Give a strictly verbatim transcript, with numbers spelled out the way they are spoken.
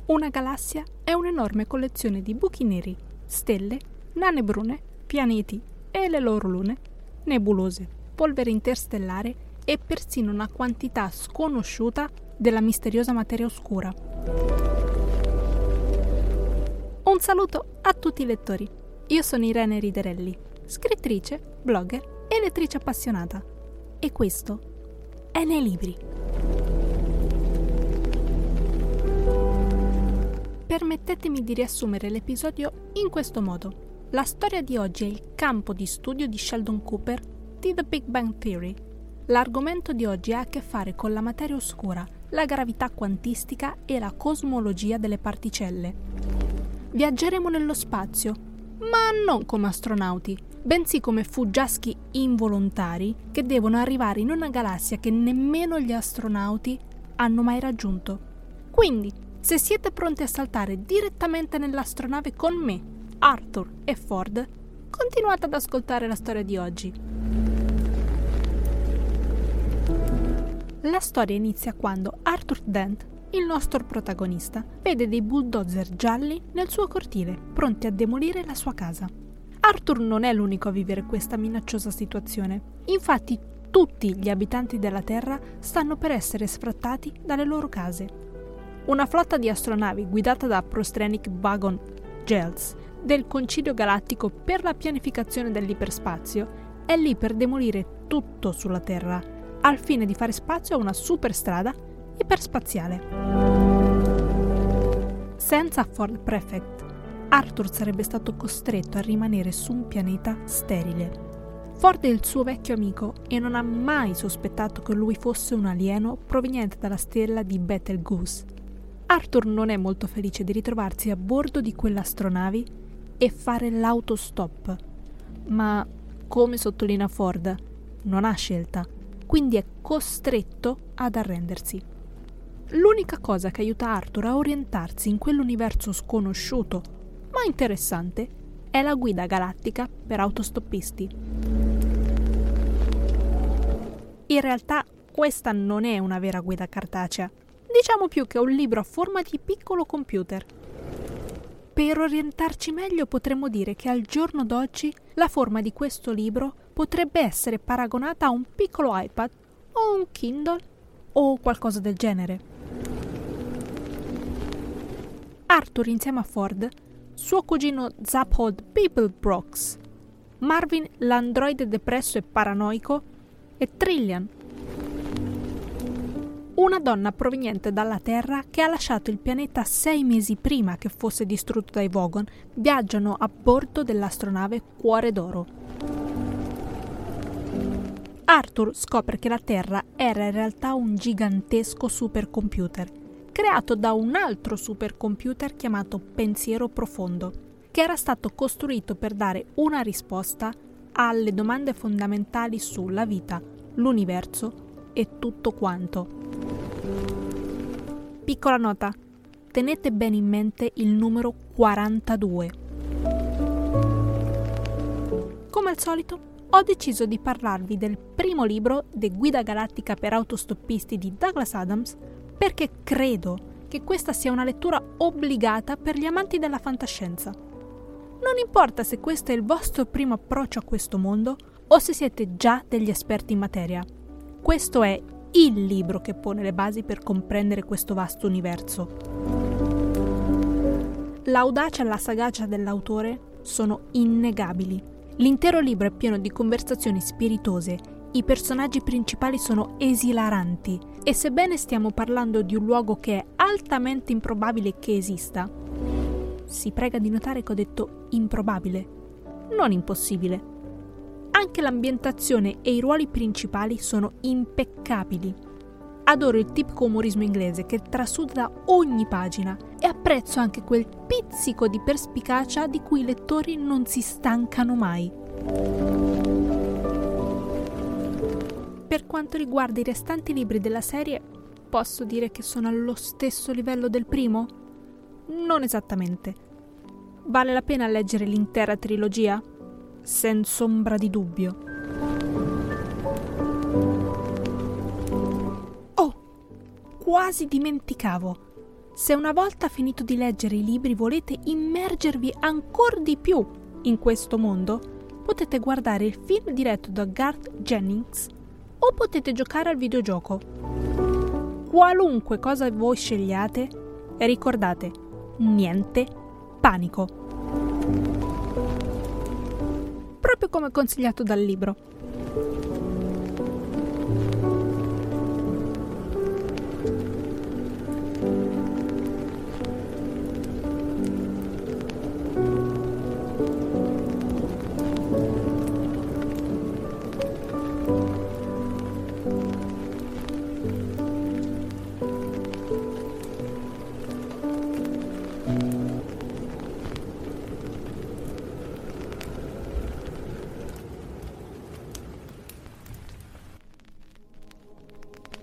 Una galassia è un'enorme collezione di buchi neri, stelle, nane brune, pianeti e le loro lune, nebulose, polvere interstellare e persino una quantità sconosciuta della misteriosa materia oscura. Un saluto a tutti i lettori. Io sono Irene Riderelli, scrittrice, blogger e lettrice appassionata. E questo è Nei Libri. Permettetemi di riassumere l'episodio in questo modo. La storia di oggi è il campo di studio di Sheldon Cooper di The Big Bang Theory. L'argomento di oggi ha a che fare con la materia oscura, la gravità quantistica e la cosmologia delle particelle. Viaggeremo nello spazio, ma non come astronauti, bensì come fuggiaschi involontari che devono arrivare in una galassia che nemmeno gli astronauti hanno mai raggiunto. Quindi, se siete pronti a saltare direttamente nell'astronave con me, Arthur e Ford, continuate ad ascoltare la storia di oggi. La storia inizia quando Arthur Dent, il nostro protagonista, vede dei bulldozer gialli nel suo cortile, pronti a demolire la sua casa. Arthur non è l'unico a vivere questa minacciosa situazione. Infatti, tutti gli abitanti della Terra stanno per essere sfrattati dalle loro case. Una flotta di astronavi guidata da Prostrenic Vagon Gels del Concilio Galattico per la pianificazione dell'iperspazio è lì per demolire tutto sulla Terra, al fine di fare spazio a una superstrada iperspaziale. Senza Ford Prefect, Arthur sarebbe stato costretto a rimanere su un pianeta sterile. Ford è il suo vecchio amico e non ha mai sospettato che lui fosse un alieno proveniente dalla stella di Betelgeuse. Arthur non è molto felice di ritrovarsi a bordo di quell'astronavi e fare l'autostop, ma, come sottolinea Ford, non ha scelta, quindi è costretto ad arrendersi. L'unica cosa che aiuta Arthur a orientarsi in quell'universo sconosciuto, ma interessante, è la guida galattica per autostoppisti. In realtà questa non è una vera guida cartacea, diciamo più che un libro a forma di piccolo computer. Per orientarci meglio potremmo dire che al giorno d'oggi la forma di questo libro potrebbe essere paragonata a un piccolo iPad o un Kindle o qualcosa del genere. Arthur insieme a Ford, suo cugino Zaphold Beeblebrox, Marvin l'androide depresso e paranoico e Trillian, una donna proveniente dalla Terra che ha lasciato il pianeta sei mesi prima che fosse distrutto dai Vogon, viaggiano a bordo dell'astronave Cuore d'Oro. Arthur scopre che la Terra era in realtà un gigantesco supercomputer, creato da un altro supercomputer chiamato Pensiero Profondo, che era stato costruito per dare una risposta alle domande fondamentali sulla vita, l'universo e tutto quanto. Piccola nota, tenete bene in mente il numero quarantadue. Come al solito, ho deciso di parlarvi del primo libro de Guida Galattica per autostoppisti di Douglas Adams perché credo che questa sia una lettura obbligata per gli amanti della fantascienza. Non importa se questo è il vostro primo approccio a questo mondo o se siete già degli esperti in materia. Questo è il libro che pone le basi per comprendere questo vasto universo. L'audacia e la sagacia dell'autore sono innegabili. L'intero libro è pieno di conversazioni spiritose, i personaggi principali sono esilaranti e sebbene stiamo parlando di un luogo che è altamente improbabile che esista, si prega di notare che ho detto improbabile, non impossibile. Anche l'ambientazione e i ruoli principali sono impeccabili. Adoro il tipico umorismo inglese che trasuda da ogni pagina e apprezzo anche quel pizzico di perspicacia di cui i lettori non si stancano mai. Per quanto riguarda i restanti libri della serie, posso dire che sono allo stesso livello del primo? Non esattamente. Vale la pena leggere l'intera trilogia? Senza ombra di dubbio. Oh, quasi dimenticavo. Se una volta finito di leggere i libri volete immergervi ancora di più in questo mondo, potete guardare il film diretto da Garth Jennings o potete giocare al videogioco. Qualunque cosa voi scegliate, ricordate, niente panico. Proprio come consigliato dal libro.